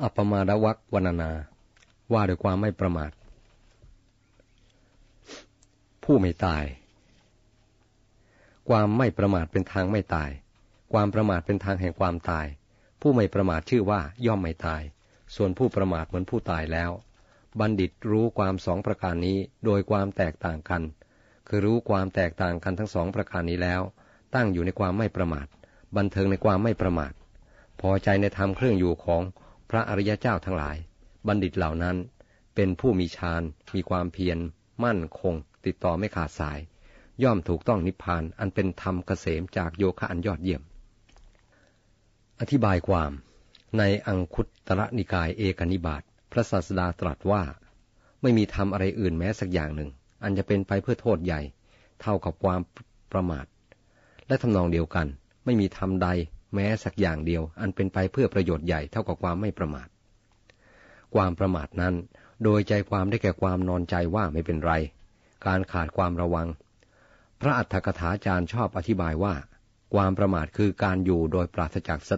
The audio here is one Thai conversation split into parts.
อัปมาดวรรควรรณนาว่าด้วยความไม่ประมาทผู้ไม่ตายความไม่ประมาทเป็นทางไม่ตายความประมาทเป็นทางแห่งความตายผู้ไม่ประมาทชื่อว่าย่อมไม่ตายส่วนผู้ประมาทเหมือนผู้ตายแล้วบัณฑิตรู้ความสองประการนี้โดยความแตกต่างกันคือรู้ความแตกต่างกันทั้งสองประการนี้แล้วตั้งอยู่ในความไม่ประมาทบันเทิงในความไม่ประมาทพอใจในธรรมเครื่องอยู่ของพระอริยเจ้าทั้งหลายบัณฑิตเหล่านั้นเป็นผู้มีฌานมีความเพียรมั่นคงติดต่อไม่ขาดสายย่อมถูกต้องนิพพานอันเป็นธรรมเกษมจากโยคะอันยอดเยี่ยมอธิบายความในอังคุตรนิกายเอกนิบาตพระศาสดาตรัสว่าไม่มีธรรมอะไรอื่นแม้สักอย่างหนึ่งอันจะเป็นไปเพื่อโทษใหญ่เท่ากับความประมาทและทำนองเดียวกันไม่มีธรรมใดแม้สักอย่างเดียวอันเป็นไปเพื่อประโยชน์ใหญ่เท่ากับความไม่ประมาทความประมาทนั้นโดยใจความได้แก่ความนอนใจว่าไม่เป็นไรการขาดความระวังพระอัฏฐกถาจารย์ชอบอธิบายว่าความประมาทคือการอยู่โดยปราศจากส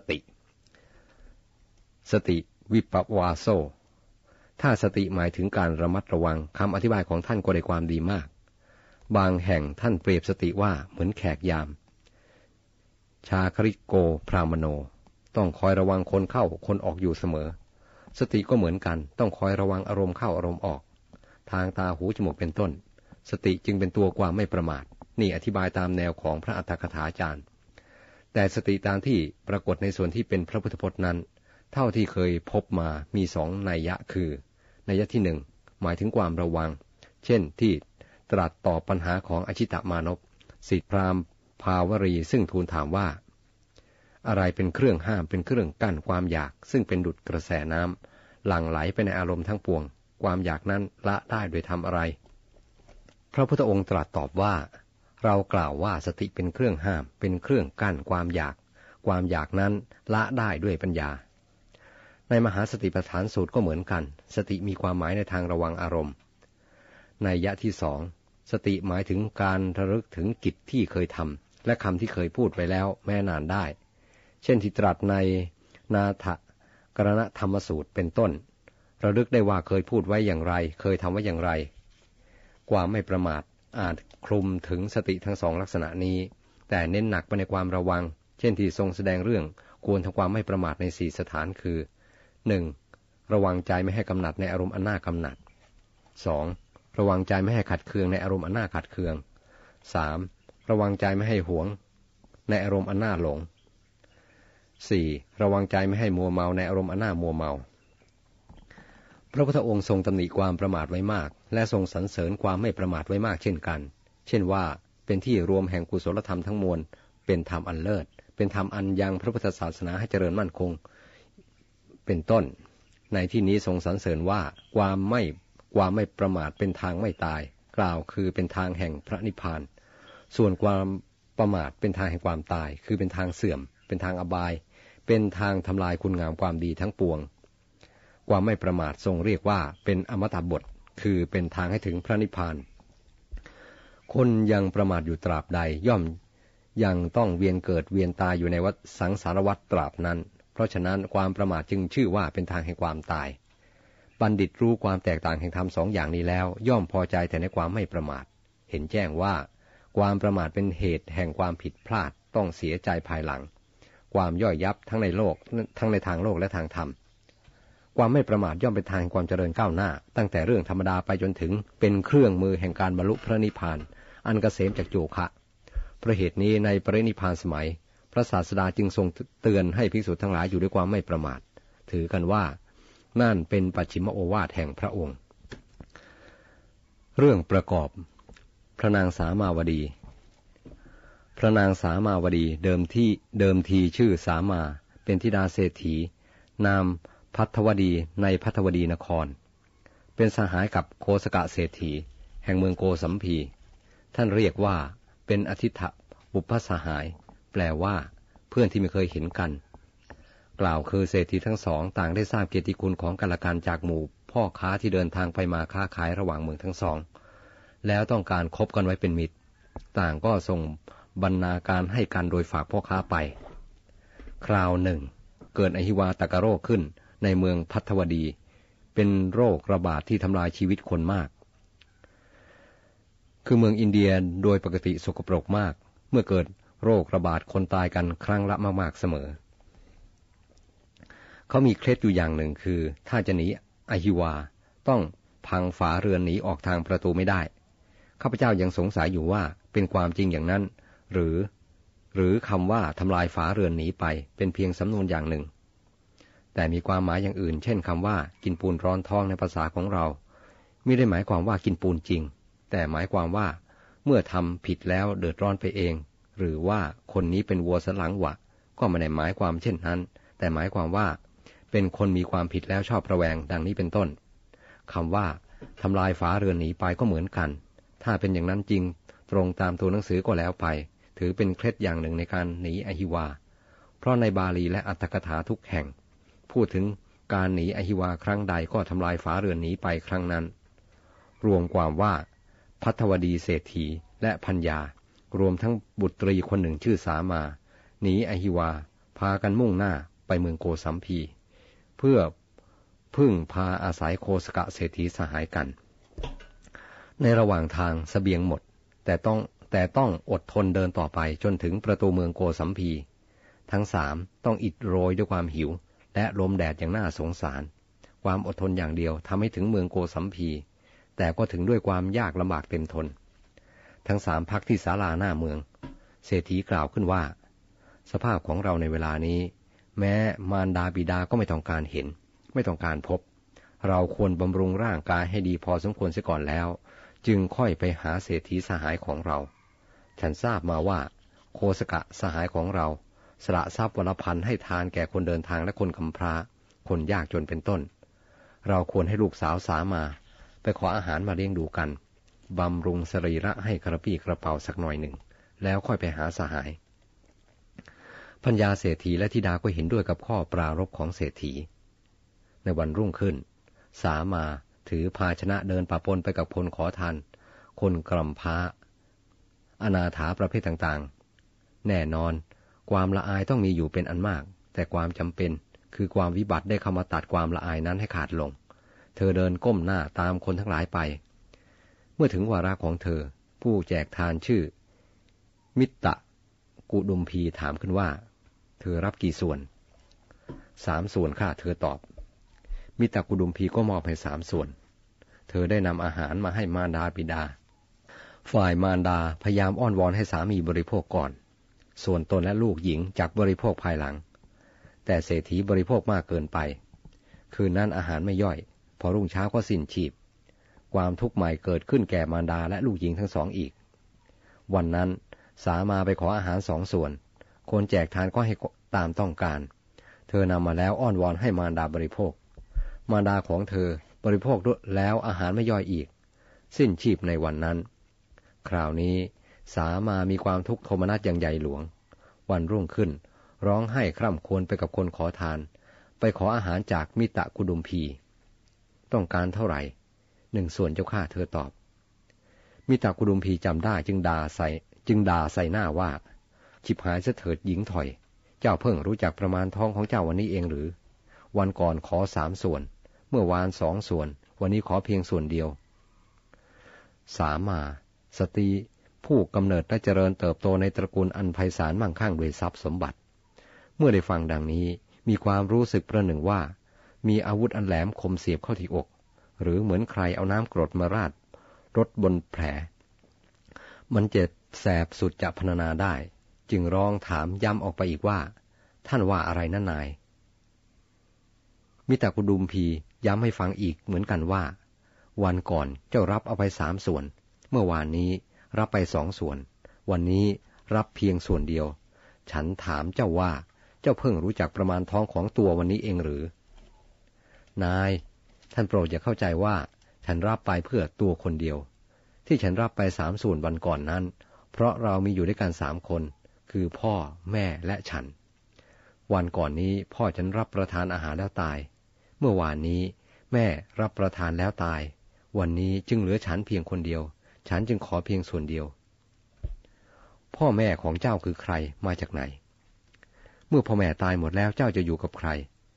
ติวิปวาโสถ้าสติหมายถึงการระมัดระวังคำอธิบายของท่านก็ได้ความดีมากบางแห่งท่านเปรียบสติว่าเหมือนแขกยามชาคริโกพรามโนต้องคอยระวังคนเข้าคนออกอยู่เสมอสติก็เหมือนกันต้องคอยระวังอารมณ์เข้าอารมณ์ออกทางตาหูจมูกเป็นต้นสติจึงเป็นตัวความไม่ประมาทนี่อธิบายตามแนวของพระอัฏฐกถาจารย์แต่สติตามที่ปรากฏในส่วนที่เป็นพระพุทธพจน์นั้นเท่าที่เคยพบมามีสองนัยยะคือนัยยะที่หนึ่งหมายถึงความระวังเช่นที่ตรัสตอบปัญหาของอชิตมานพศิษย์พราหมณ์ภาวรีซึ่งทูลถามว่าอะไรเป็นเครื่องห้ามเป็นเครื่องกั้นความอยากซึ่งเป็นดุจกระแสน้ำหลั่งไหลไปในอารมณ์ทั้งปวงความอยากนั้นละได้โดยทำอะไรพระพุทธองค์ตรัสตอบว่าเรากล่าวว่าสติเป็นเครื่องห้ามเป็นเครื่องกั้นความอยากนั้นละได้ด้วยปัญญาในมหาสติปัฏฐานสูตรก็เหมือนกันสติมีความหมายในทางระวังอารมณ์ในนัยยะที่สองสติหมายถึงการระลึกถึงกิจที่เคยทำและคำที่เคยพูดไว้แล้วแม้นานได้เช่นที่ตรัสในนาถกรณธรรมสูตรเป็นต้นระลึกได้ว่าเคยพูดไว้อย่างไรเคยทำไว้อย่างไรความไม่ประมาทอาจคลุมถึงสติทั้งสองลักษณะนี้แต่เน้นหนักไปในความระวังเช่นที่ทรงแสดงเรื่องควรทำความไม่ประมาทใน4สถานคือ 1. ระวังใจไม่ให้กำหนัดในอารมณ์อันน่ากำหนัด 2. ระวังใจไม่ให้ขัดเคืองในอารมณ์อันน่าขัดเคือง 3. ระวังใจไม่ให้หวงในอารมณ์อันน่าหลง 4. ระวังใจไม่ให้มัวเมาในอารมณ์อันน่ามัวเมาพระพุทธองค์ทรงตำหนิความประมาทไว้มากและทรงสรรเสริญความไม่ประมาทไว้มากเช่นกันเช่นว่าเป็นที่รวมแห่งกุศลธรรมทั้งมวลเป็นธรรมอันเลิศเป็นธรรมอันยังพระพุทธศาสนาให้เจริญมั่นคงเป็นต้นในที่นี้ทรงสรรเสริญว่าความไม่ประมาทเป็นทางไม่ตายกล่าวคือเป็นทางแห่งพระนิพพานส่วนความประมาทเป็นทางแห่งความตายคือเป็นทางเสื่อมเป็นทางอบายเป็นทางทำลายคุณงามความดีทั้งปวงความไม่ประมาททรงเรียกว่าเป็นอมตะบทคือเป็นทางให้ถึงพระนิพพานคนยังประมาทอยู่ตราบใดย่อมยังต้องเวียนเกิดเวียนตายอยู่ในวัฏสังสารวัฏตราบนั้นเพราะฉะนั้นความประมาทจึงชื่อว่าเป็นทางแห่งความตายบัณฑิตรู้ความแตกต่างแห่งธรรมสองอย่างนี้แล้วย่อมพอใจแต่ในความไม่ประมาทเห็นแจ้งว่าความประมาทเป็นเหตุแห่งความผิดพลาดต้องเสียใจภายหลังความย่อยยับทั้งในโลกทั้งในทางโลกและทางธรรมความไม่ประมาทย่อมเป็นทางแห่งความเจริญก้าวหน้าตั้งแต่เรื่องธรรมดาไปจนถึงเป็นเครื่องมือแห่งการบรรลุพระนิพพานอันเกษมจากโยคะเพราะเหตุนี้ในปรินิพพานสมัยพระศาสดาจึงทรงเตือนให้ภิกษุทั้งหลายอยู่ด้วยความไม่ประมาทถือกันว่านั่นเป็นปัจฉิมโอวาทแห่งพระองค์เรื่องประกอบพระนางสามาวดีพระนางสามาวดีเดิมทีชื่อสามาเป็นธิดาเศรษฐีนามภัทวดีในภัทวดีนครเป็นสหายกับโคสกะเศรษฐีแห่งเมืองโกสัมพีท่านเรียกว่าเป็นอทิฏฐบุพสหายแปลว่าเพื่อนที่ไม่เคยเห็นกันกล่าวคือเศรษฐีทั้งสองต่างได้ทราบเกียรติคุณของกันและกันจากหมู่พ่อค้าที่เดินทางไปมาค้าขายระหว่างเมืองทั้งสองแล้วต้องการคบกันไว้เป็นมิตรต่างก็ส่งบรรณาการให้กันโดยฝากพ่อค้าไปคราวหนึ่งเกิดอหิวาตกโรคขึ้นในในเมืองพัทวดีเป็นโรคระบาดที่ทำลายชีวิตคนมากคือเมืองอินเดียโดยปกติสกปรกมากเมื่อเกิดโรคระบาดคนตายกันครั้งละมากๆเสมอเขามีเคล็ดอยู่อย่างหนึ่งคือถ้าจะหนีอหิวาต้องพังฝาเรือนหนีออกทางประตูไม่ได้ข้าพเจ้ายังสงสัยอยู่ว่าเป็นความจริงอย่างนั้นหรือคำว่าทำลายฝาเรือนหนีไปเป็นเพียงสำนวนอย่างหนึ่งแต่มีความหมายอย่างอื่นเช่นคำว่ากินปูนร้อนท้องในภาษาของเราไม่ได้หมายความว่ากินปูนจริงแต่หมายความว่าเมื่อทำผิดแล้วเดือดร้อนไปเองหรือว่าคนนี้เป็นวัวสันหลังหวะก็ไม่ได้หมายความเช่นนั้นแต่หมายความว่าเป็นคนมีความผิดแล้วชอบระแวงดังนี้เป็นต้นคำว่าทำลายฝาเรือนหนีไปก็เหมือนกันถ้าเป็นอย่างนั้นจริงตรงตามตัวหนังสือก็แล้วไปถือเป็นเคล็ดอย่างหนึ่งในการหนีอหิวาเพราะในบาลีและอรรถกถาทุกแห่งพูดถึงการหนีอหิวาครั้งใดก็ทำลายฝาเรือนหนีไปครั้งนั้นรวมความว่าภัทวดีเศรษฐีและพัญญารวมทั้งบุตรีคนหนึ่งชื่อสามาหนีอหิวาพากันมุ่งหน้าไปเมืองโกสัมพีเพื่อพึ่งพาอาศัยโคสกะเศรษฐีสหายกันในระหว่างทางเสบียงหมดแต่ต้องอดทนเดินต่อไปจนถึงประตูเมืองโกสัมพีทั้งสามต้องอิดโรยด้วยความหิวและลมแดดอย่างน่าสงสารความอดทนอย่างเดียวทำให้ถึงเมืองโกสัมพีแต่ก็ถึงด้วยความยากลำบากเต็มทนทั้งสามพักที่ศาลาหน้าเมืองเศรษฐีกล่าวขึ้นว่าสภาพของเราในเวลานี้แม้มารดาบิดาก็ไม่ต้องการเห็นไม่ต้องการพบเราควรบำรุงร่างกายให้ดีพอสมควรเสียก่อนแล้วจึงค่อยไปหาเศรษฐีสหายของเราฉันทราบมาว่าโคสกะสหายของเราสละทรัพย์วันละ1,000ให้ทานแก่คนเดินทางและคนกำพร้าคนยากจนเป็นต้นเราควรให้ลูกสาวสามาไปขออาหารมาเลี้ยงดูกันบำรุงสรีระให้กระปี้กระเป๋าสักหน่อยหนึ่งแล้วค่อยไปหาสหายพัญญาเศรษฐีและธิดาก็เห็นด้วยกับข้อปรารภของเศรษฐีในวันรุ่งขึ้นสามาถือภาชนะเดินปะปนไปกับคนขอทานคนกำพร้าอนาถาประเภทต่างๆแน่นอนความละอายต้องมีอยู่เป็นอันมากแต่ความจำเป็นคือความวิบัติได้เข้ามาตัดความละอายนั้นให้ขาดลงเธอเดินก้มหน้าตามคนทั้งหลายไปเมื่อถึงวาระของเธอผู้แจกทานชื่อมิตตะกุดุมพีถามขึ้นว่าเธอรับกี่ส่วน3 ส่วนค่ะเธอตอบมิตตะกุดุมพีก็มอบให้3 ส่วนเธอได้นำอาหารมาให้มารดาบิดาฝ่ายมารดาพยายามอ้อนวอนให้สามีบริโภคก่อนส่วนตนและลูกหญิงจักบริโภคภายหลังแต่เศรษฐีบริโภคมากเกินไปคืนนั้นอาหารไม่ย่อยพอรุ่งเช้าก็สิ้นชีพความทุกข์ใหม่เกิดขึ้นแก่มารดาและลูกหญิงทั้งสองอีกวันนั้นสามาไปขออาหาร2 ส่วนคนแจกทานก็ให้ตามต้องการเธอนำมาแล้วอ้อนวอนให้มารดาบริโภคมารดาของเธอบริโภคด้วยแล้วอาหารไม่ย่อยอีกสิ้นชีพในวันนั้นคราวนี้สามามีความทุกข์โทมนัสอย่างใหญ่หลวงวันรุ่งขึ้นร้องไห้คร่ำครวญไปกับคนขอทานไปขออาหารจากมิตะกุดุมพีต้องการเท่าไหร่1 ส่วนเจ้าข้าเธอตอบมิตะกุดุมพีจำได้จึงด่าใส่หน้าว่าฉิบหายเสถิดหญิงถอยเจ้าเพิ่งรู้จักประมาณท้องของเจ้าวันนี้เองหรือวันก่อนขอ3 ส่วนเมื่อวาน2 ส่วนวันนี้ขอเพียงส่วนเดียวสามาสตรีผู้กำเนิดและเจริญเติบโตในตระกูลอันไพศาลมั่งคั่งด้วยทรัพย์สมบัติเมื่อได้ฟังดังนี้มีความรู้สึกประหนึ่งว่ามีอาวุธอันแหลมคมเสียบเข้าที่อกหรือเหมือนใครเอาน้ำกรดมาราดรถบนแผลมันเจ็บแสบสุดจะพรรณนาได้จึงร้องถามย้ำออกไปอีกว่าท่านว่าอะไรนั่นนายมิตรกุดุมพีย้ำให้ฟังอีกเหมือนกันว่าวันก่อนเจ้ารับเอาไป3 ส่วนเมื่อวานนี้รับไป2 ส่วนวันนี้รับเพียงส่วนเดียวฉันถามเจ้าว่าเจ้าเพิ่งรู้จักประมาณท้องของตัววันนี้เองหรือนายท่านโปรดอย่าเข้าใจว่าฉันรับไปเพื่อตัวคนเดียวที่ฉันรับไป3 ส่วนวันก่อนนั้นเพราะเรามีอยู่ด้วยกัน3 คนคือพ่อแม่และฉันวันก่อนนี้พ่อฉันรับประทานอาหารแล้วตายเมื่อวานนี้แม่รับประทานแล้วตายวันนี้จึงเหลือฉันเพียงคนเดียวฉันจึงขอเพียงส่วนเดียวพ่อแม่ของเจ้าคือใครมาจากไหนเมื่อพ่อแม่ตายหมดแล้วเจ้าจะอยู่กับใคร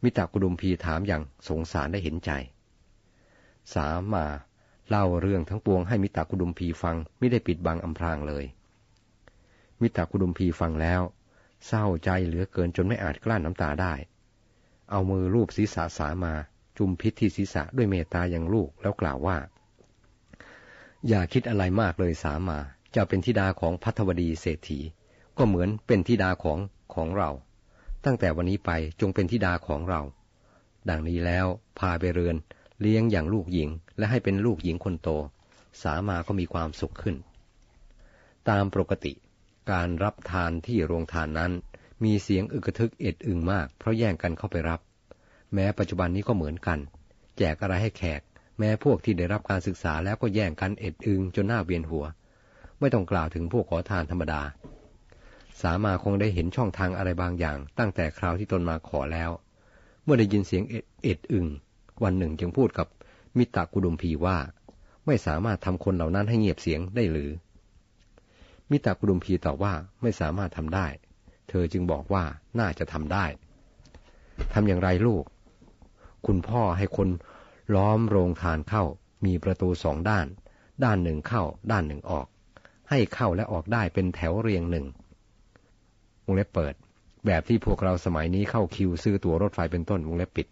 มิตรกุดุมพีถามอย่างสงสารและเห็นใจสามาเล่าเรื่องทั้งปวงให้มิตรกุดุมพีฟังไม่ได้ปิดบังอำพรางเลยมิตรกุดุมพีฟังแล้วเศร้าใจเหลือเกินจนไม่อาจกลั้นน้ำตาได้เอามือลูบศีรษะสามาจุมพิษที่ศีรษะด้วยเมตตาอย่างลูกแล้วกล่าวว่าอย่าคิดอะไรมากเลยสามาเจ้าเป็นธิดาของภัทวดีเศรษฐีก็เหมือนเป็นธิดาของเราตั้งแต่วันนี้ไปจงเป็นธิดาของเราดังนี้แล้วพาไปเรือนเลี้ยงอย่างลูกหญิงและให้เป็นลูกหญิงคนโตสามาก็มีความสุขขึ้นตามปกติการรับทานที่โรงทานนั้นมีเสียงอึกทึกเอ็ดอึงมากเพราะแย่งกันเข้าไปรับแม้ปัจจุบันนี้ก็เหมือนกันแจกอะไรให้แขกแม้พวกที่ได้รับการศึกษาแล้วก็แย่งกันเอ็ดอึงจนหน้าเวียนหัวไม่ต้องกล่าวถึงพวกขอทานธรรมดาสามาคงได้เห็นช่องทางอะไรบางอย่างตั้งแต่คราวที่ตนมาขอแล้วเมื่อได้ยินเสียงเอ็ดอึงวันหนึ่งจึงพูดกับมิตรกุดุมพีว่าไม่สามารถทำคนเหล่านั้นให้เงียบเสียงได้หรือมิตรกุดุมพีตอบว่าไม่สามารถทำได้เธอจึงบอกว่าน่าจะทำได้ทำอย่างไรลูกคุณพ่อให้คนล้อมโรงทานเข้ามีประตูสองด้านด้านหนึ่งเข้าด้านหนึ่งออกให้เข้าและออกได้เป็นแถวเรียงหนึ่งวงเล็บเปิดแบบที่พวกเราสมัยนี้เข้าคิวซื้อตั๋วรถไฟเป็นต้นวงเล็บปิด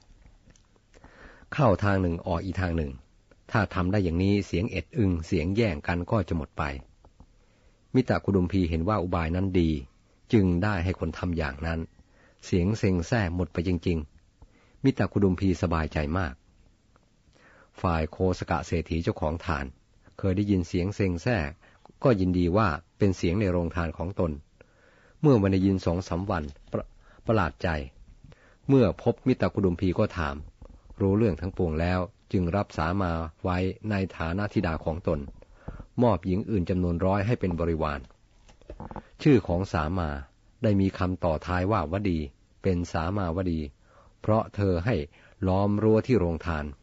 เข้าทางหนึ่งออกอีกทางหนึ่งถ้าทำได้อย่างนี้เสียงเอ็ดอึงเสียงแย่งกันก็จะหมดไปมิตรกุดุมพีเห็นว่าอุบายนั้นดีจึงได้ให้คนทำอย่างนั้นเสียงเซ็งแซ่หมดไปจริงๆมิตรกุดุมพีสบายใจมากฝ่ายโคสกะเศรษฐีเจ้าของทานเคยได้ยินเสียงเซ็งแซ่ก็ยินดีว่าเป็นเสียงในโรงทานของตนเมื่อวันได้ยิน2-3 วันประหลาดใจเมื่อพบมิตรกุดุมพีก็ถามรู้เรื่องทั้งปวงแล้วจึงรับสามาไว้ในฐานะธิดาของตนมอบหญิงอื่นจำนวน100ให้เป็นบริวารชื่อของสามาได้มีคำต่อท้ายว่าวดีเป็นสามาวดีเพราะเธอให้ล้อมรั้วที่โรงทาน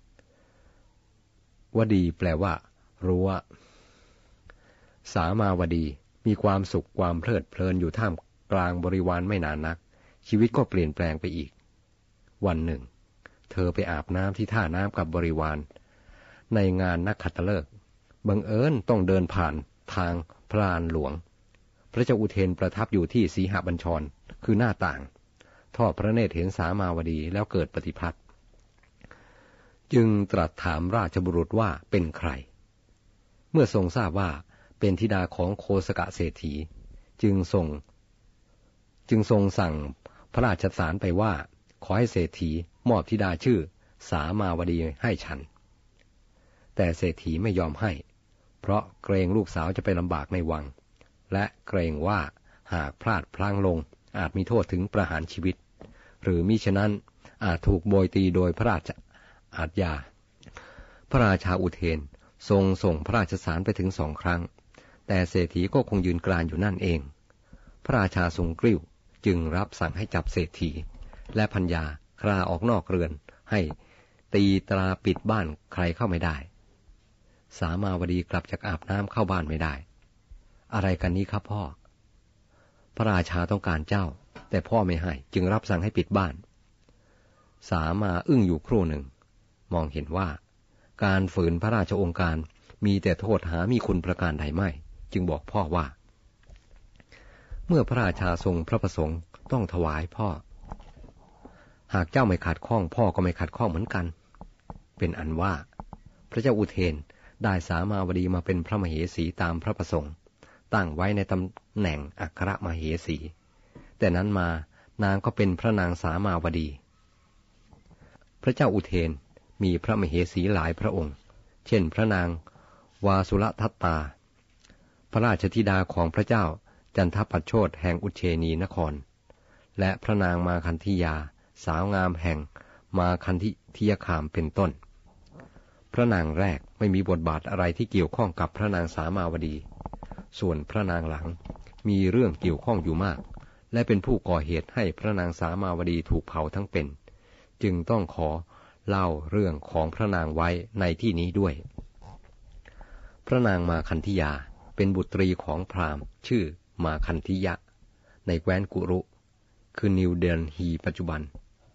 วดีแปลว่ารั้วสามาวดีมีความสุขความเพลิดเพลินอยู่ท่ามกลางบริวารไม่นานนักชีวิตก็เปลี่ยนแปลงไปอีกวันหนึ่งเธอไปอาบน้ำที่ท่าน้ำกับบริวารในงานนักขัตฤกษ์บังเอิญต้องเดินผ่านทางพระลานหลวงพระเจ้าอุเทนประทับอยู่ที่สีหบัญชรคือหน้าต่างทอดพระเนตรเห็นสามาวดีแล้วเกิดปฏิพัทธ์จึงตรัสถามราชบุรุษว่าเป็นใครเมื่อทรงทราบว่าเป็นธิดาของโคสกะเศรษฐีจึงทรงสั่งพระราชสารไปว่าขอให้เศรษฐีมอบธิดาชื่อสามาวดีให้ฉันแต่เศรษฐีไม่ยอมให้เพราะเกรงลูกสาวจะไปลำบากในวังและเกรงว่าหากพลาดพลั้งลงอาจมีโทษถึงประหารชีวิตหรือมิฉะนั้นอาจถูกโบยตีโดยพระราชอาญาพระราชาอุเทนทรงส่งพระราชสารไปถึง2 ครั้งแต่เศรษฐีก็คงยืนกรานอยู่นั่นเองพระราชาทรงกริ้วจึงรับสั่งให้จับเศรษฐีและภรรยาคลาออกนอกเรือนให้ตีตราปิดบ้านใครเข้าไม่ได้สามาวดีกลับจากอาบน้ำเข้าบ้านไม่ได้อะไรกันนี้ครับพ่อพระราชาต้องการเจ้าแต่พ่อไม่ให้จึงรับสั่งให้ปิดบ้านสามาอึ้งอยู่ครู่หนึ่งมองเห็นว่าการฝืนพระราชโองการมีแต่โทษหามีคุณประการใดไม่จึงบอกพ่อว่าเมื่อพระราชาทรงพระประสงค์ต้องถวายพ่อหากเจ้าไม่ขัดข้องพ่อก็ไม่ขัดข้องเหมือนกันเป็นอันว่าพระเจ้าอุเทนได้สามาวดีมาเป็นพระมเหสีตามพระประสงค์ตั้งไว้ในตำแหน่งอัครมเหสีแต่นั้นมานางก็เป็นพระนางสามาวดีพระเจ้าอุเทนมีพระมเหสีหลายพระองค์เช่นพระนางวาสุรทัตตาพระราชธิดาของพระเจ้าจันทปัชโชติแห่งอุเชนีนครและพระนางมาคันธิยาสาวงามแห่งมาคันธิยคามเป็นต้นพระนางแรกไม่มีบทบาทอะไรที่เกี่ยวข้องกับพระนางสามาวดีส่วนพระนางหลังมีเรื่องเกี่ยวข้องอยู่มากและเป็นผู้ก่อเหตุให้พระนางสามาวดีถูกเผาทั้งเป็นจึงต้องขอเล่าเรื่องของพระนางไว้ในที่นี้ด้วยพระนางมาคันธิยาเป็นบุตรีของพราหมณ์ชื่อมาคันธิยะในแคว้นกุรุคือนิวเดลฮีปัจจุบัน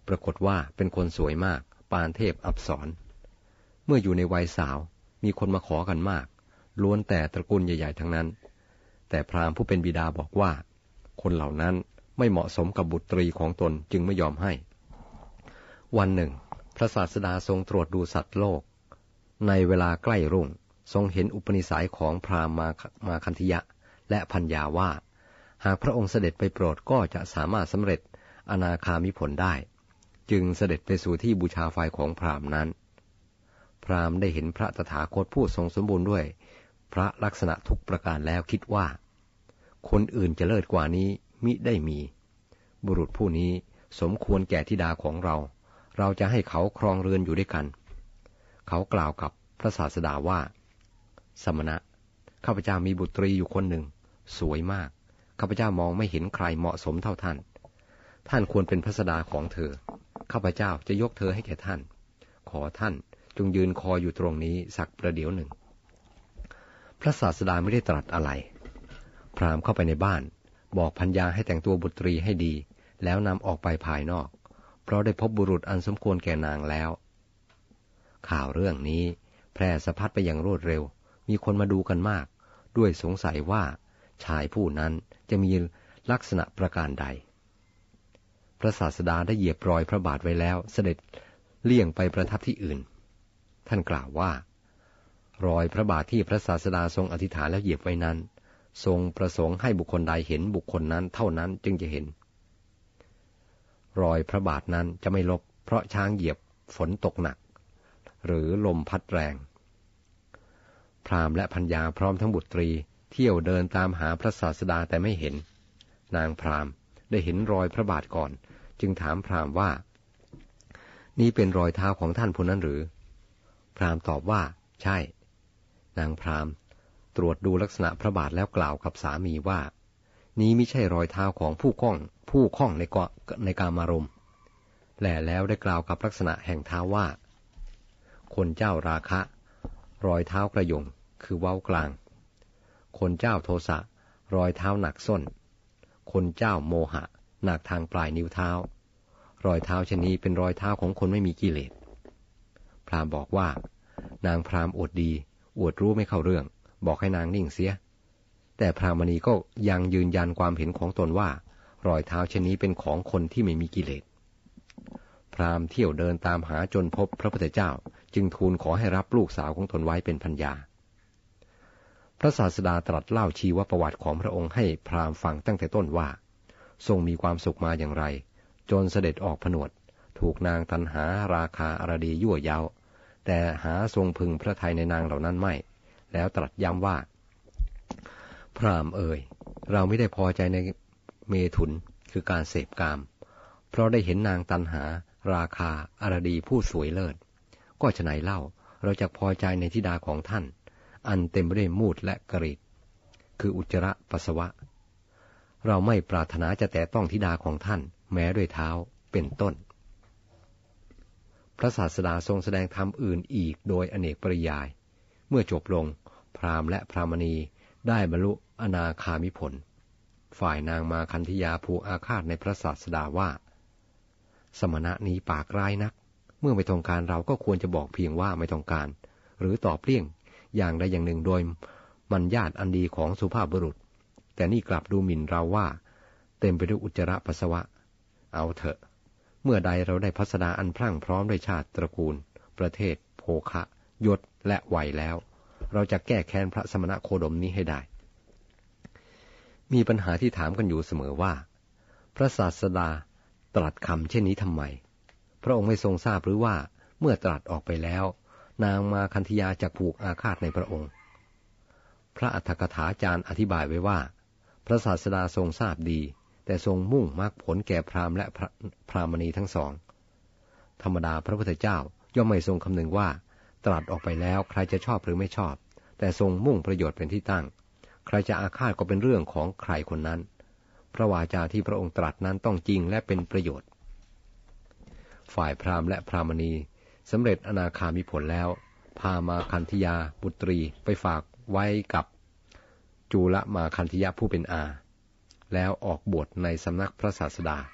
ปรากฏว่าเป็นคนสวยมากปานเทพอัปสรเมื่ออยู่ในวัยสาวมีคนมาขอกันมากล้วนแต่ตระกูลใหญ่ๆทั้งนั้นแต่พราหมณ์ผู้เป็นบิดาบอกว่าคนเหล่านั้นไม่เหมาะสมกับบุตรีของตนจึงไม่ยอมให้วันหนึ่งพระศาสดาทรงตรวจดูสัตว์โลกในเวลาใกล้รุ่งทรงเห็นอุปนิสัยของพราหมณ์มาคันธิยะและพัญญาว่าหากพระองค์เสด็จไปโปรดก็จะสามารถสำเร็จอนาคามิผลได้จึงเสด็จไปสู่ที่บูชาไฟของพราหมณ์นั้นพราหมณ์ได้เห็นพระตถาคตผู้ทรงสมบูรณ์ด้วยพระลักษณะทุกประการแล้วคิดว่าคนอื่นจะเลิศกว่านี้มิได้มีบุรุษผู้นี้สมควรแก่ธิดาของเราจะให้เขาครองเรือนอยู่ด้วยกันเขากล่าวกับพระศาสดาว่าสมณะข้าพเจ้ามีบุตรีอยู่คนหนึ่งสวยมากข้าพเจ้ามองไม่เห็นใครเหมาะสมเท่าท่านควรเป็นพระสดาของเธอข้าพเจ้าจะยกเธอให้แก่ท่านขอท่านจงยืนคอยอยู่ตรงนี้สักประเดี๋ยวหนึ่งพระศาสดาไม่ได้ตรัสอะไรพราหมณ์เข้าไปในบ้านบอกพัญญาให้แต่งตัวบุตรีให้ดีแล้วนำออกไปภายนอกเพราะได้พบบุรุษอันสมควรแก่นางแล้วข่าวเรื่องนี้แพร่สะพัดไปอย่างรวดเร็วมีคนมาดูกันมากด้วยสงสัยว่าชายผู้นั้นจะมีลักษณะประการใดพระศาสดาได้เหยียบรอยพระบาทไว้แล้วเสด็จเลี่ยงไปประทับที่อื่นท่านกล่าวว่ารอยพระบาทที่พระศาสดาทรงอธิษฐานแล้วเหยียบไว้นั้นทรงประสงค์ให้บุคคลใดเห็นบุคคลนั้นเท่านั้นจึงจะเห็นรอยพระบาทนั้นจะไม่ลบเพราะช้างเหยียบฝนตกหนักหรือลมพัดแรงพราหมณ์และพัญญาพร้อมทั้งบุตรีเที่ยวเดินตามหาพระศาสดาแต่ไม่เห็นนางพราหมณ์ได้เห็นรอยพระบาทก่อนจึงถามพราหมณ์ว่านี่เป็นรอยเท้าของท่านผู้นั้นหรือพราหมณ์ตอบว่าใช่นางพราหมณ์ตรวจดูลักษณะพระบาทแล้วกล่าวกับสามีว่านี้ไม่ใช่รอยเท้าของผู้คล้องในกามารมณ์แล้วได้กล่าวกับลักษณะแห่งเท้าว่าคนเจ้าราคะรอยเท้ากระยงคือเว้ากลางคนเจ้าโทสะรอยเท้าหนักส้นคนเจ้าโมหะหนักทางปลายนิ้วเท้ารอยเท้าชนิดเป็นรอยเท้าของคนไม่มีกิเลสพราหมณ์บอกว่านางพราหมณ์อวดดีอวดรู้ไม่เข้าเรื่องบอกให้นางนิ่งเสียแต่พราหมณีก็ยังยืนยันความเห็นของตนว่ารอยเท้าชนิดเป็นของคนที่ไม่มีกิเลสพราหมณ์เที่ยวเดินตามหาจนพบพระพุทธเจ้าจึงทูลขอให้รับลูกสาวของตนไว้เป็นพัญญาพระศาสดาตรัสเล่าชีวประวัติของพระองค์ให้พราหมณ์ฟังตั้งแต่ต้นว่าทรงมีความสุขมาอย่างไรจนเสด็จออกผนวดถูกนางตัณหาราคาอรดียั่วเย้าแต่หาทรงพึงพระทัยในนางเหล่านั้นไม่แล้วตรัสย้ำว่าพราหมณ์เอ่ยเราไม่ได้พอใจในเมถุนคือการเสพกามเพราะได้เห็นนางตัณหาราคาอรดีผู้สวยเลิศก็ฉะไหนเล่าเราจะพอใจในธิดาของท่านอันเต็มไปด้วยมูดและกรีดคืออุจจาระปัสสาวะเราไม่ปรารถนาจะแตะต้องธิดาของท่านแม้ด้วยเท้าเป็นต้นพระศาสดาทรงแสดงธรรมอื่นอีกโดยอเนกปริยายเมื่อจบลงพราหมณ์และพราหมณีได้บรรลุอนาคามิผลฝ่ายนางมาคันธยาผูกอาฆาตในพระศาสดาว่าสมณะนี้ปากร้ายนักเมื่อไม่ต้องการเราก็ควรจะบอกเพียงว่าไม่ต้องการหรือตอบเลี่ยงอย่างใดอย่างหนึ่งโดยมัญญาติอันดีของสุภาพบุรุษแต่นี่กลับดูหมิ่นเราว่าเต็มไปด้วยอุจจาระปัสสาวะเอาเถอะเมื่อใดเราได้พัสดาอันพรั่งพร้อมด้วยชาติตระกูลประเทศโภคะยศและวัยแล้วเราจะแก้แค้นพระสมณโคดมนี้ให้ได้มีปัญหาที่ถามกันอยู่เสมอว่าพระศาสดาตรัสคำเช่นนี้ทำไมพระองค์ไม่ทรงทราบหรือว่าเมื่อตรัสออกไปแล้วนางมาคันธยาจะผูกอาฆาตในพระองค์พระอรรถกถาจารย์อธิบายไว้ว่าพระศาสดาทรงทราบดีแต่ทรงมุ่งมรรคผลแก่พราหมณ์และพราหมณีทั้งสองธรรมดาพระพุทธเจ้าย่อมไม่ทรงคำนึงว่าตรัสออกไปแล้วใครจะชอบหรือไม่ชอบแต่ทรงมุ่งประโยชน์เป็นที่ตั้งใครจะอาฆาตก็เป็นเรื่องของใครคนนั้นพระวาจาที่พระองค์ตรัสนั้นต้องจริงและเป็นประโยชน์ฝ่ายพราหมณ์และพราหมณีสำเร็จอนาคามิผลแล้วพามาคันธยาบุตรีไปฝากไว้กับจูลมาคันธยะผู้เป็นอาแล้วออกบวชในสำนักพระศาสดา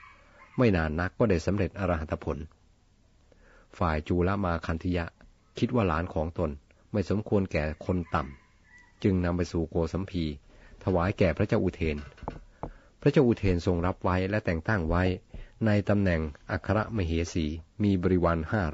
ไม่นานนักก็ได้สำเร็จอรหัตผลฝ่ายจูลมาคันธิยะคิดว่าหลานของตนไม่สมควรแก่คนต่ำจึงนำไปสู่โกสัมพีถวายแก่พระเจ้าอุเทนพระเจ้าอุเทนทรงรับไว้และแต่งตั้งไว้ในตำแหน่งอัครมเหสีมีบริวาร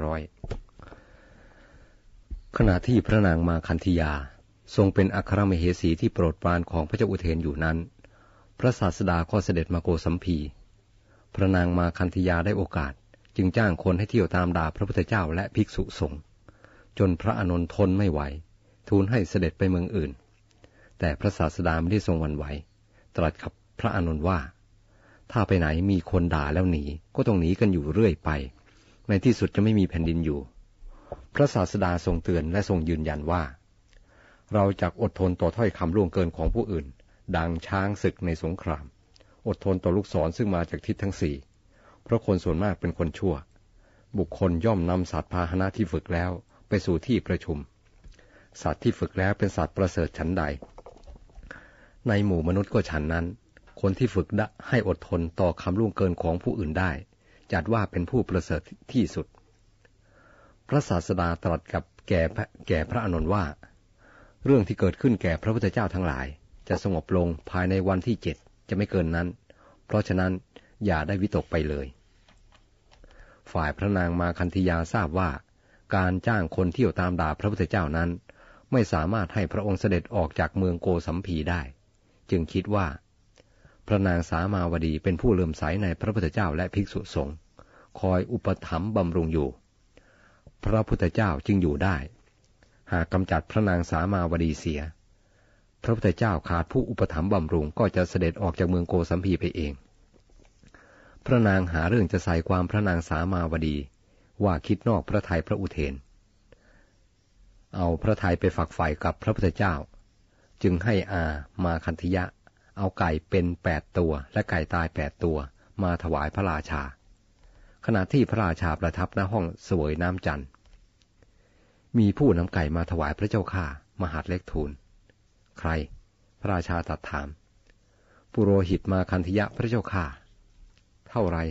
500ขณะที่พระนางมาคันธิยาทรงเป็นอัครมเหสีที่โปรดปรานของพระเจ้าอุเทนอยู่นั้นพระศาสดาก็เสด็จมาโกสัมพีพระนางมาคันธิยาได้โอกาสจึงจ้างคนให้เที่ยวตามด่าพระพุทธเจ้าและภิกษุสงฆ์จนพระอานนท์ทนไม่ไหวทูลให้เสด็จไปเมืองอื่นแต่พระศาสดาไม่ได้ทรงหวั่นไหวตรัสกับพระอานนท์ว่าถ้าไปไหนมีคนด่าแล้วหนีก็ต้องหนีกันอยู่เรื่อยไปในที่สุดจะไม่มีแผ่นดินอยู่พระศาสดาทรงเตือนและทรงยืนยันว่าเราจักอดทนต่อถ้อยคำล่วงเกินของผู้อื่นดังช้างศึกในสงครามอดทนต่อลูกศรซึ่งมาจากทิศทั้งสี่เพราะคนส่วนมากเป็นคนชั่วบุคคลย่อมนำสัตว์พาหนะที่ฝึกแล้วไปสู่ที่ประชุมสัตว์ที่ฝึกแล้วเป็นสัตว์ประเสริฐฉันใดในหมู่มนุษย์ก็ฉันนั้นคนที่ฝึกให้อดทนต่อคำล่วงเกินของผู้อื่นได้จัดว่าเป็นผู้ประเสริฐที่สุดพระศาสดาตรัสกับแก่พระอานนท์ว่าเรื่องที่เกิดขึ้นแก่พระพุทธเจ้าทั้งหลายจะสงบลงภายในวันที่7จะไม่เกินนั้นเพราะฉะนั้นอย่าได้วิตกไปเลยฝ่ายพระนางมาคันธิยาทราบว่าการจ้างคนเที่ยวตามด่าพระพุทธเจ้านั้นไม่สามารถให้พระองค์เสด็จออกจากเมืองโกสัมพีได้จึงคิดว่าพระนางสามาวดีเป็นผู้เลื่อมใสในพระพุทธเจ้าและภิกษุสงฆ์คอยอุปถัมภ์บำรุงอยู่พระพุทธเจ้าจึงอยู่ได้หากกำจัดพระนางสามาวดีเสียพระพุทธเจ้าขาดผู้อุปถัมภ์บำรุงก็จะเสด็จออกจากเมืองโกสัมพีไปเองพระนางหาเรื่องจะใส่ความพระนางสามาวดีว่าคิดนอกพระทัยพระอุเทนเอาพระทัยไปฝักใฝ่กับพระพุทธเจ้าจึงให้มาคันธิยะเอาไก่เป็น8 ตัวและไก่ตาย8 ตัวมาถวายพระราชาขณะที่พระราชาประทับณห้องเสวยน้ำจันทร์มีผู้นำไก่มาถวายพระเจ้าข้ามหาดเล็กทูลใครพระราชาตรัสถามปุโรหิตมาคันธิยะพระเจ้าข้าเท่าไร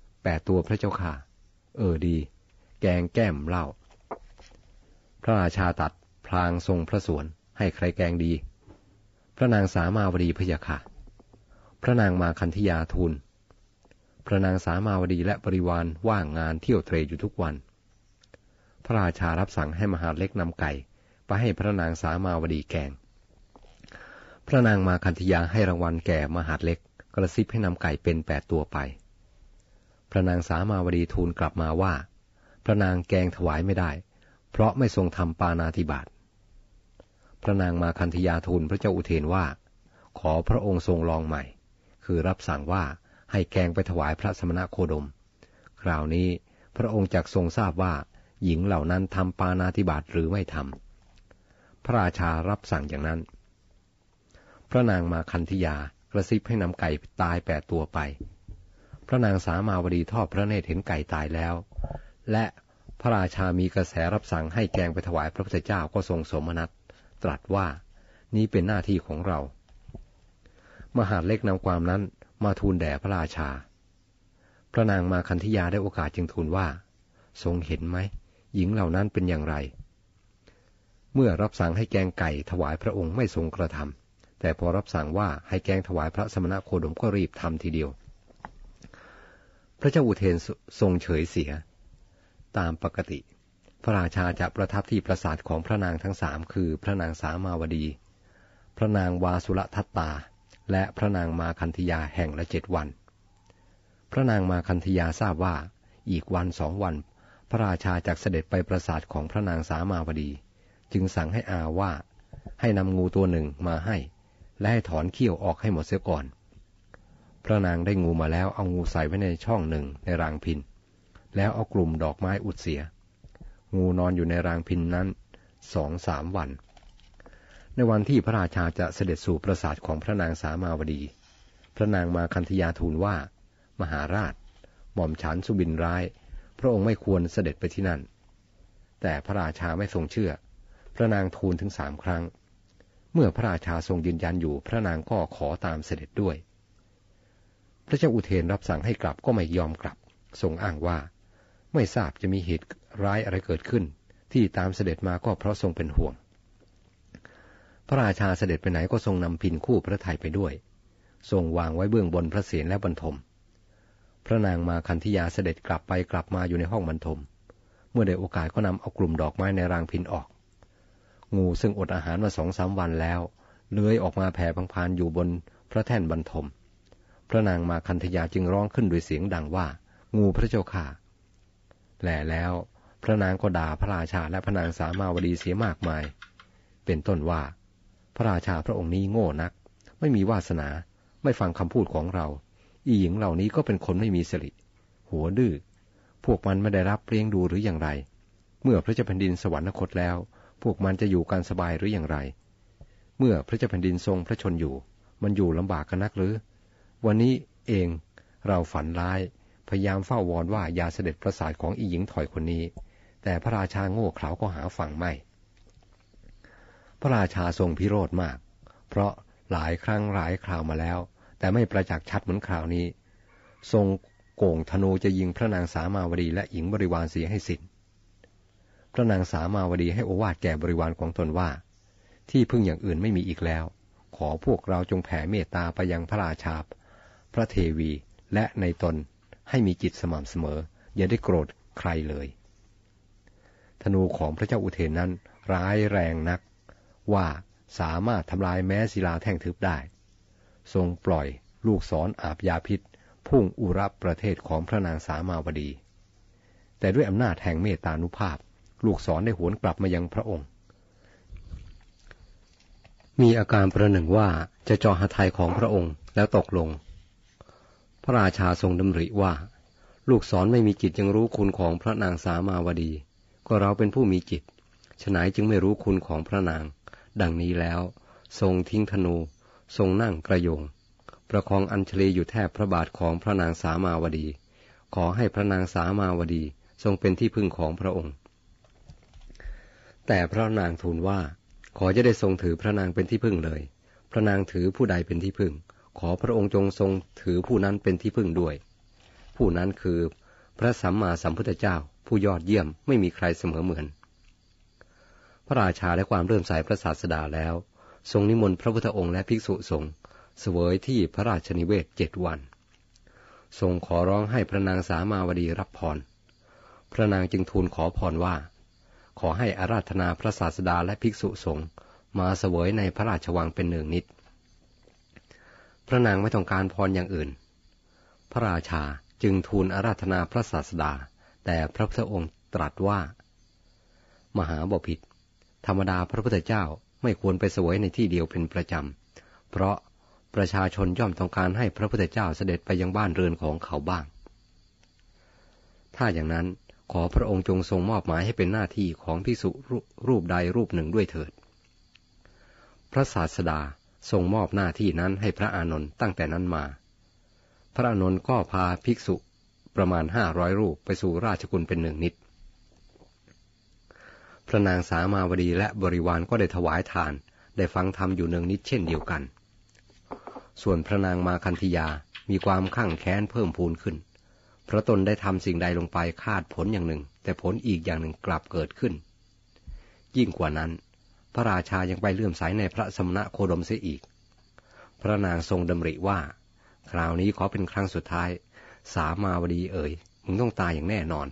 8 ตัวพระเจ้าข้าดีแกงแก้มเหล้าพระราชาตรัสพลางทรงพระสวนให้ใครแกงดีพระนางสามาวดีพะยะค่ะพระนางมาคันธิยาทูลพระนางสามาวดีและบริวารว่างงานเที่ยวเตร่อยู่ทุกวันพระราชารับสั่งให้มหาดเล็กนำไก่ไปให้พระนางสามาวดีแกงพระนางมาคันธิยาให้รางวัลแก่มหาดเล็กกระซิบให้นำไก่เป็น8 ตัวไปพระนางสามาวดีทูลกลับมาว่าพระนางแกงถวายไม่ได้เพราะไม่ทรงทำปาณาติบาตพระนางมาคันธิยาทูลพระเจ้าอุเทนว่าขอพระองค์ทรงลองใหม่คือรับสั่งว่าให้แกงไปถวายพระสมณโคดมคราวนี้พระองค์จักทรงทราบว่าหญิงเหล่านั้นทำปาณาติบาตหรือไม่ทำพระราชารับสั่งอย่างนั้นพระนางมาคันธิยากระซิบให้นำไก่ตาย8 ตัวไปพระนางสามาวดีทอดพระเนตรเห็นไก่ตายแล้วและพระราชามีกระแสรับสั่งให้แกงไปถวายพระพุทธเจ้าก็ทรงสมนัสตรัสว่านี้เป็นหน้าที่ของเรามหาดเล็กนำความนั้นมาทูลแด่พระราชาพระนางมาคันธิยาได้โอกาสจึงทูลว่าทรงเห็นไหมหญิงเหล่านั้นเป็นอย่างไรเมื่อรับสั่งให้แกงไก่ถวายพระองค์ไม่ทรงกระทำแต่พอรับสั่งว่าให้แกงถวายพระสมณโคดมก็รีบทำทีเดียวพระเจ้าอุเทนทรงเฉยเสียตามปกติพระราชาจะประทับที่ปราสาทของพระนางทั้ง3คือพระนางสามาวดีพระนางวาสุรทัตตาและพระนางมาคันธิยาแห่งละ7 วันพระนางมาคันธิยาทราบว่าอีกวัน2 วันพระราชาจักเสด็จไปปราสาทของพระนางสามาวดีจึงสั่งให้ว่าให้นำงูตัวหนึ่งมาให้และให้ถอนเขี้ยวออกให้หมดเสียก่อนพระนางได้งูมาแล้วเอางูใส่ไว้ในช่องหนึ่งในรางพินแล้วเอากลุ่มดอกไม้อุดเสียงูนอนอยู่ในรางพินนั้น2-3 วันในวันที่พระราชาจะเสด็จสู่ปราสาทของพระนางสามาวดีพระนางมาคันธิยาทูลว่ามหาราชหม่อมฉันสุบินร้ายพระองค์ไม่ควรเสด็จไปที่นั่นแต่พระราชาไม่ทรงเชื่อพระนางทูลถึง3 ครั้งเมื่อพระราชาทรงยืนยันอยู่พระนางก็ขอตามเสด็จด้วยพระเจ้าอุเทนรับสั่งให้กลับก็ไม่ยอมกลับทรงอ้างว่าไม่ทราบจะมีเหตุร้ายอะไรเกิดขึ้นที่ตามเสด็จมาก็เพราะทรงเป็นห่วงพระราชาเสด็จไปไหนก็ทรงนำพิณคู่พระทัยไปด้วยทรงวางไว้เบื้องบนพระเศียรและบรรทมพระนางมาคันธยาเสด็จกลับไปกลับมาอยู่ในห้องบรรทมเมื่อได้โอกาสก็นำเอากลุ่มดอกไม้ในรางพิณออกงูซึ่งอดอาหารมา2-3 วันแล้วเลื้อยออกมาแผ่พังพานอยู่บนพระแท่นบรรทมพระนางมาคันธยาจึงร้องขึ้นด้วยเสียงดังว่างูพระเจ้าข้าแลแล้วพระนางก็ด่าพระราชาและพระนางสามาวดีเสียมากมายเป็นต้นว่าพระราชาพระองค์นี้โง่นักไม่มีวาสนาไม่ฟังคำพูดของเราอีหญิงเหล่านี้ก็เป็นคนไม่มีสิริหัวดื้อพวกมันไม่ได้รับเลี้ยงดูหรืออย่างไรเมื่อพระเจ้าแผ่นดินสวรรคตแล้วพวกมันจะอยู่กันสบายหรืออย่างไรเมื่อพระเจ้าแผ่นดินทรงพระชนอยู่มันอยู่ลำบากกันนักหรือวันนี้เองเราฝันร้ายพยายามเฝ้าวอนว่าอย่าเสด็จประสาทของอีหญิงถอยคนนี้แต่พระราชาโง่เขลาก็หาฟังไม่พระราชาทรงพิโรธมากเพราะหลายครั้งหลายคราวมาแล้วแต่ไม่ประจักษ์ชัดเหมือนคราวนี้ทรงโก่งธนูจะยิงพระนางสามาวดีและหญิงบริวารเสียให้สิ้นพระนางสามาวดีให้โอวาทแก่บริวารของตนว่าที่พึ่งอย่างอื่นไม่มีอีกแล้วขอพวกเราจงแผ่เมตตาไปยังพระราชาพระเทวีและในตนให้มีจิตสม่ำเสมออย่าได้โกรธใครเลยธนูของพระเจ้าอุเทนนั้นร้ายแรงนักว่าสามารถทำลายแม้ศิลาแท่งทึบได้ทรงปล่อยลูกศรอาบยาพิษพุ่งอุรับประเทศของพระนางสามาวดีแต่ด้วยอำนาจแห่งเมตตานุภาพลูกศรได้หวนกลับมายังพระองค์มีอาการประหนึ่งว่าจะเจาะหทัยของพระองค์แล้วตกลงพระราชาทรงดำริว่าลูกศรไม่มีจิตยังรู้คุณของพระนางสามาวดีก็เราเป็นผู้มีจิตฉนัยจึงไม่รู้คุณของพระนางดังนี้แล้วทรงทิ้งธนูทรงนั่งกระโยงประคองอัญชลีอยู่แทบพระบาทของพระนางสามาวดีขอให้พระนางสามาวดีทรงเป็นที่พึ่งของพระองค์แต่พระนางทูลว่าขอจะได้ทรงถือพระนางเป็นที่พึ่งเลยพระนางถือผู้ใดเป็นที่พึ่งขอพระองค์จงทรงถือผู้นั้นเป็นที่พึ่งด้วยผู้นั้นคือพระสัมมาสัมพุทธเจ้าผู้ยอดเยี่ยมไม่มีใครเสมอเหมือนพระราชาและความเริ่มใสพระศาสดาแล้วทรงนิมนต์พระพุทธองค์และภิกษุสงฆ์เสวยที่พระราชนิเวศ7 วันทรงขอร้องให้พระนางสามาวดีรับพรพระนางจึงทูลขอพรว่าขอให้อาราธนาพระศาสดาและภิกษุสงฆ์มาเสวยในพระราชวังเป็นเนืองนิดพระนางไม่ต้องการพรอย่างอื่นพระราชาจึงทูลอาราธนาพระศาสดาแต่พระพุทธองค์ตรัสว่ามหาบพิตรธรรมดาพระพุทธเจ้าไม่ควรไปเสวยในที่เดียวเป็นประจำเพราะประชาชนย่อมต้องการให้พระพุทธเจ้าเสด็จไปยังบ้านเรือนของเขาบ้างถ้าอย่างนั้นขอพระองค์จงทรงมอบหมายให้เป็นหน้าที่ของภิกษุรูปใดรูปหนึ่งด้วยเถิดพระศาสดาทรงมอบหน้าที่นั้นให้พระอานนท์ตั้งแต่นั้นมาพระอานนท์ก็พาภิกษุประมาณ500 รูปไปสู่ราชกุลเป็นเนืองนิดพระนางสามาวดีและบริวารก็ได้ถวายทานได้ฟังธรรมอยู่เนืองนิดเช่นเดียวกันส่วนพระนางมาคันธยามีความข้างแค้นเพิ่มพูนขึ้นเพราะตนได้ทำสิ่งใดลงไปคาดผลอย่างหนึ่งแต่ผลอีกอย่างหนึ่งกลับเกิดขึ้นยิ่งกว่านั้นพระราชายังไปเลื่อมใสในพระสมณโคดมเสียอีกพระนางทรงดำริว่าคราวนี้ขอเป็นครั้งสุดท้ายสามาวดีเอ๋ยมึงต้องตายอย่างแน่นอน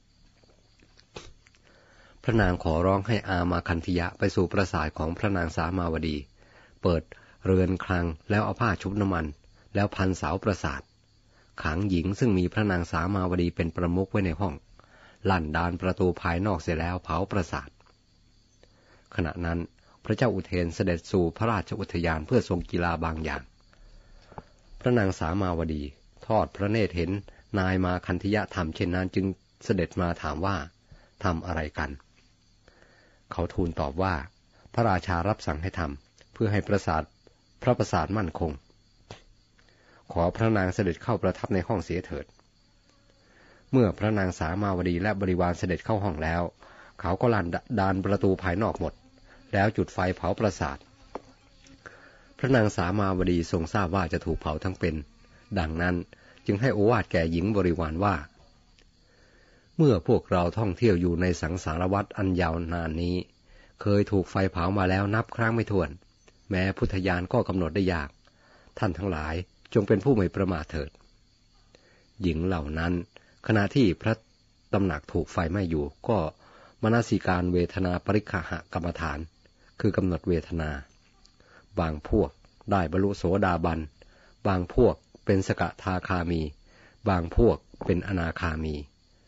พระนางขอร้องให้อามาคันธยะไปสู่ปราสาทของพระนางสามาวดีเปิดเรือนคลังแล้วเอาผ้าชุบน้ำมันแล้วพันเสาปราสาทขังหญิงซึ่งมีพระนางสามาวดีเป็นประมุขไว้ในห้องลั่นดานประตูภายนอกเสร็จแล้วเผาปราสาทขณะนั้นพระเจ้าอุเทนเสด็จสู่พระราชอุทยานเพื่อทรงกีฬาบางอย่างพระนางสามาวดีทอดพระเนตรเห็นนายมาคันธยะทำเช่นนั้นจึงเสด็จมาถามว่าทำอะไรกันเขาทูลตอบว่าพระราชารับสั่งให้ทำเพื่อให้พระปราสาทมั่นคงขอพระนางเสด็จเข้าประทับในห้องเสียเถิดเมื่อพระนางสามาวดีและบริวารเสด็จเข้าห้องแล้วเขาก็ลั่นดานประตูภายนอกหมดแล้วจุดไฟเผาปราสาทพระนางสามาวดีทรงทราบว่าจะถูกเผาทั้งเป็นดังนั้นจึงให้โอวาทแก่หญิงบริวารว่าเมื่อพวกเราท่องเที่ยวอยู่ในสังสารวัฏอันยาวนานนี้เคยถูกไฟเผามาแล้วนับครั้งไม่ถ้วนแม้พุทธญาณก็กำหนดได้ยากท่านทั้งหลายจงเป็นผู้ไม่ประมาทเถิดหญิงเหล่านั้นขณะที่พระตำหนักถูกไฟไหม้อยู่ก็มนสิการเวทนาปริฆหกรรมฐานคือกำหนดเวทนาบางพวกได้บรรลุโสดาบันบางพวกเป็นสกทาคามีบางพวกเป็นอนาคามี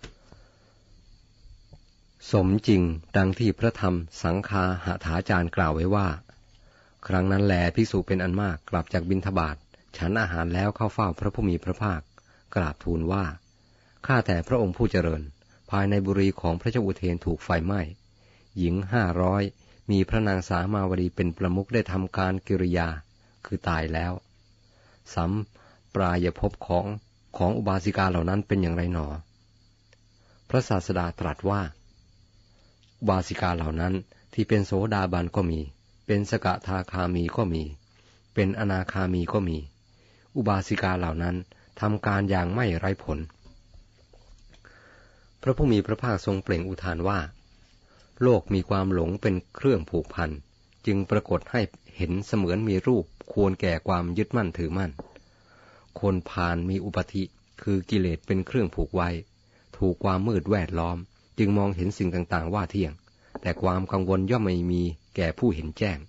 สมจริงดังที่พระธรรมสังฆาหถาจารย์กล่าวไว้ว่าครั้งนั้นแลภิกษุเป็นอันมากกลับจากบิณฑบาตฉันอาหารแล้วเข้าเฝ้าพระผู้มีพระภาคกราบทูลว่าข้าแต่พระองค์ผู้เจริญภายในบุรีของพระเจ้าอุเทนถูกไฟไหม้หญิง500มีพระนางสามาวดีเป็นประมุขได้ทำการกิริยาคือตายแล้วสัมปรายภพของอุบาสิกาเหล่านั้นเป็นอย่างไรหนอพระศาสดาตรัสว่าอุบาสิกาเหล่านั้นที่เป็นโสดาบันก็มีเป็นสกทาคามีก็มีเป็นอนาคามีก็มีอุบาสิกาเหล่านั้นทำการอย่างไม่ไร้ผลพระผู้มีพระภาคทรงเปล่งอุทานว่าโลกมีความหลงเป็นเครื่องผูกพันจึงปรากฏให้เห็นเสมือนมีรูปควรแก่ความยึดมั่นถือมั่นคนพาลมีอุปธิคือกิเลสเป็นเครื่องผูกไว้ถูกความมืดแวดล้อมจึงมองเห็นสิ่งต่างๆว่าเที่ยงแต่ความกังวลย่อมไม่มีแก่ผู้เห็นแจ้ง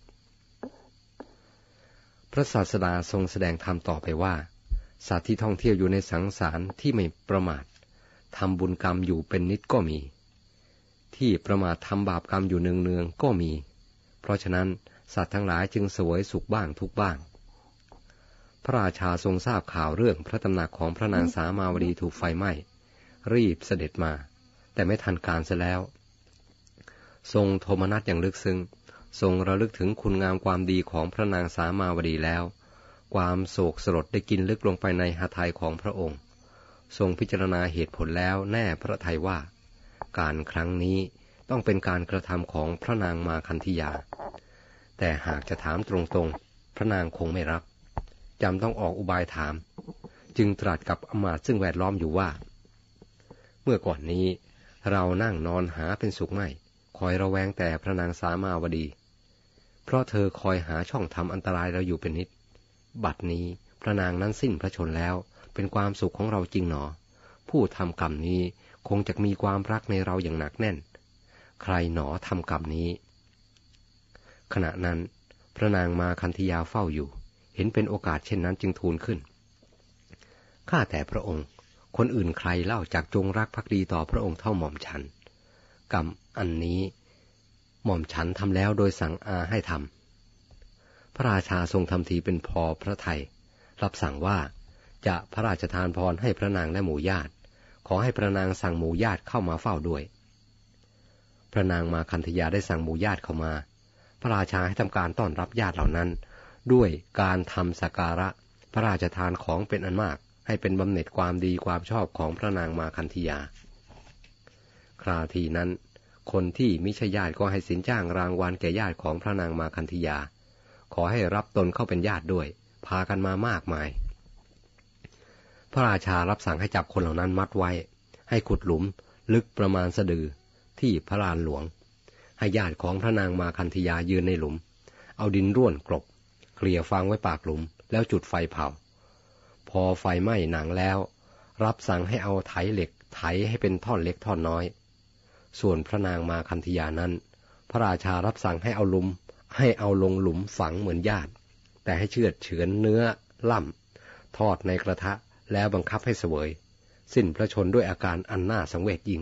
พระศาสดาทรงแสดงธรรมต่อไปว่าสัตว์ที่ท่องเที่ยวอยู่ในสังสารที่ไม่ประมาททำบุญกรรมอยู่เป็นนิจก็มีที่ประมาททำบาปกรรมอยู่เนืองๆก็มีเพราะฉะนั้นสัตว์ทั้งหลายจึงเสวยสุขบ้างทุกข์บ้างพระราชาทรงทราบข่าวเรื่องพระตำหนักของพระนางสามาวดีถูกไฟไหม้รีบเสด็จมาแต่ไม่ทันการเสียแล้วทรงโทมนัสอย่างลึกซึ้งทรงระลึกถึงคุณงามความดีของพระนางสามาวดีแล้วความโศกสลดได้กินลึกลงไปในหทัยของพระองค์ทรงพิจารณาเหตุผลแล้วแน่พระทัยว่าการครั้งนี้ต้องเป็นการกระทำของพระนางมาคันธิยาแต่หากจะถามตรงๆพระนางคงไม่รับจำต้องออกอุบายถามจึงตรัสกับอมาตย์ซึ่งแวดล้อมอยู่ว่าเมื่อก่อนนี้เรานั่งนอนหาเป็นสุขไม่คอยระแวงแต่พระนางสามาวดีเพราะเธอคอยหาช่องทำอันตรายเราอยู่เป็นนิดบัดนี้พระนางนั้นสิ้นพระชนแล้วเป็นความสุขของเราจริงหนอผู้ทำกรรมนี้คงจะมีความรักในเราอย่างหนักแน่นใครหนอทำกรรมนี้ขณะนั้นพระนางมาคันธยาเฝ้าอยู่เห็นเป็นโอกาสเช่นนั้นจึงทูลขึ้นข้าแต่พระองค์คนอื่นใครเล่าจากจงรักภักดีต่อพระองค์เท่าหม่อมฉันกรรมอันนี้หม่อมฉันทำแล้วโดยสั่งอาให้ทำพระราชาทรงทำทีเป็นพอพระทัยรับสั่งว่าจะพระราชทานพรให้พระนางและหมู่ญาติขอให้พระนางสั่งหมู่ญาติเข้ามาเฝ้าด้วยพระนางมาคันธยาได้สั่งหมู่ญาติเข้ามาพระราชาให้ทำการต้อนรับญาติเหล่านั้นด้วยการทำสักการะพระราชทานของเป็นอันมากให้เป็นบำเหน็จความดีความชอบของพระนางมาคันธยาคราทีนั้นคนที่มิใช่ญาติก็ให้สินจ้างรางวัลแก่ญาติของพระนางมาคันธยาขอให้รับตนเข้าเป็นญาติด้วยพากันมามากมายพระราชารับสั่งให้จับคนเหล่านั้นมัดไว้ให้ขุดหลุมลึกประมาณสะดือที่พระลานหลวงให้ญาติของพระนางมาคันธยายืนในหลุมเอาดินร่วนกลบเกลี่ยฟางไว้ปากหลุมแล้วจุดไฟเผาพอไฟไหม้หนังแล้วรับสั่งให้เอาไถเหล็กไถให้เป็นท่อนเล็กท่อนน้อยส่วนพระนางมาคันธยานั้นพระราชารับสั่งให้เอาลงหลุมฝังเหมือนญาติแต่ให้เชือดเฉือนเนื้อล่ำทอดในกระทะแล้วบังคับให้เสวยสิ้นพระชนด้วยอาการอันน่าสังเวชยิ่ง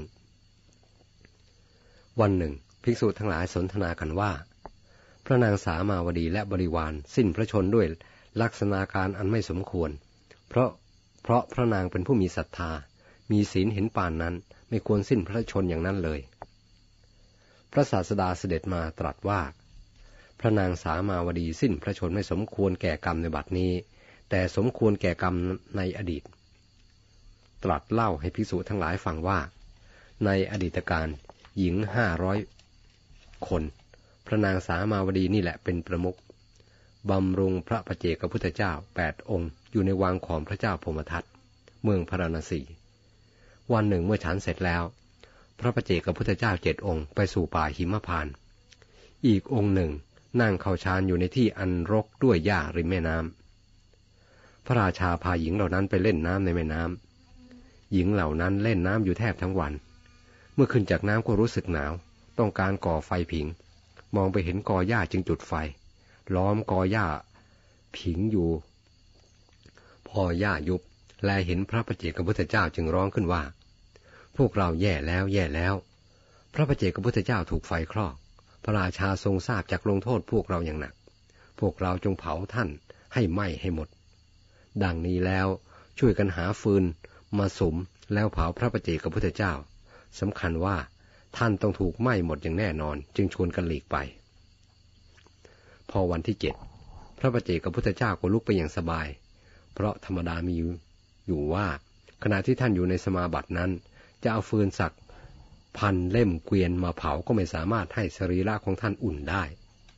วันหนึ่งภิกษุทั้งหลายสนทนากันว่าพระนางสามาวดีและบริวารสิ้นพระชนด้วยลักษณะการอันไม่สมควรเพราะพระนางเป็นผู้มีศรัทธามีศีลเห็นป่านนั้นไม่ควรสิ้นพระชนอย่างนั้นเลยพระศาสดาเสด็จมาตรัสว่าพระนางสามาวดีสิ้นพระชนไม่สมควรแก่กรรมในบัดนี้แต่สมควรแก่กรรมในอดีตตรัสเล่าให้ภิกษุทั้งหลายฟังว่าในอดีตการหญิง500 คนพระนางสามาวดีนี่แหละเป็นประมุขบำรุงพระปัจเจกพุทธเจ้า8 องค์อยู่ในวังของพระเจ้าพรหมทัตเมืองพาราณสี วันหนึ่งเมื่อฉันเสร็จแล้วพระปัจเจกพุทธเจ้า7 องค์ไปสู่ป่าหิมพานต์อีกองค์หนึ่งนั่งเข้าฌานอยู่ในที่อันรกด้วยหญ้าริมแม่น้ำพระราชาพาหญิงเหล่านั้นไปเล่นน้ำในแม่น้ำหญิงเหล่านั้นเล่นน้ำอยู่แทบทั้งวันเมื่อขึ้นจากน้ำก็รู้สึกหนาวต้องการก่อไฟผิงมองไปเห็นกอหญ้าจึงจุดไฟล้อมกอหญ้าผิงอยู่พอหญ้ายุบแลเห็นพระปัจเจกพุทธเจ้าจึงร้องขึ้นว่าพวกเราแย่แล้วแย่แล้วพระปัจเจกพุทธเจ้าถูกไฟคลอกพระราชาทรงทราบจักลงโทษพวกเราอย่างหนักพวกเราจงเผาท่านให้ไหม้ให้หมดดังนี้แล้วช่วยกันหาฟืนมาสุมแล้วเผาพระปัจเจกพุทธเจ้าสำคัญว่าท่านต้องถูกไหม้หมดอย่างแน่นอนจึงชวนกันหลีกไปพอวันที่7พระปัจเจกพุทธเจ้าก็ลุกไปอย่างสบายเพราะธรรมดามีอยู่ว่าขณะที่ท่านอยู่ในสมาบัตินั้นจะเอาฟืนสัก1,000 เล่มเกวียนมาเผาก็ไม่สามารถให้สรีระของท่านอุ่นได้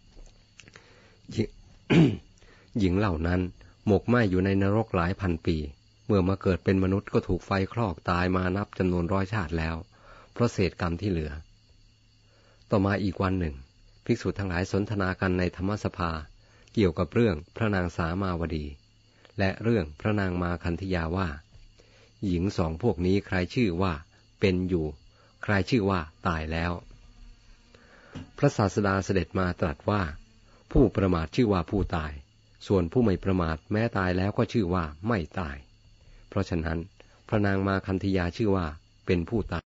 หญิงเหล่านั้นหมกไหม้อยู่ในนรกหลายพันปีเมื่อมาเกิดเป็นมนุษย์ก็ถูกไฟคลอกตายมานับจำนวน100 ชาติแล้วเพราะเศษกรรมที่เหลือต่อมาอีกวันหนึ่งภิกษุทั้งหลายสนทนากันในธรรมสภาเกี่ยวกับเรื่องพระนางสามาวดีและเรื่องพระนางมาคันธยาว่าหญิง2 พวกนี้ใครชื่อว่าเป็นอยู่ใครชื่อว่าตายแล้วพระศาสดาเสด็จมาตรัสว่าผู้ประมาทชื่อว่าผู้ตายส่วนผู้ไม่ประมาทแม้ตายแล้วก็ชื่อว่าไม่ตายเพราะฉะนั้นพระนางมาคันธยาชื่อว่าเป็นผู้ตาย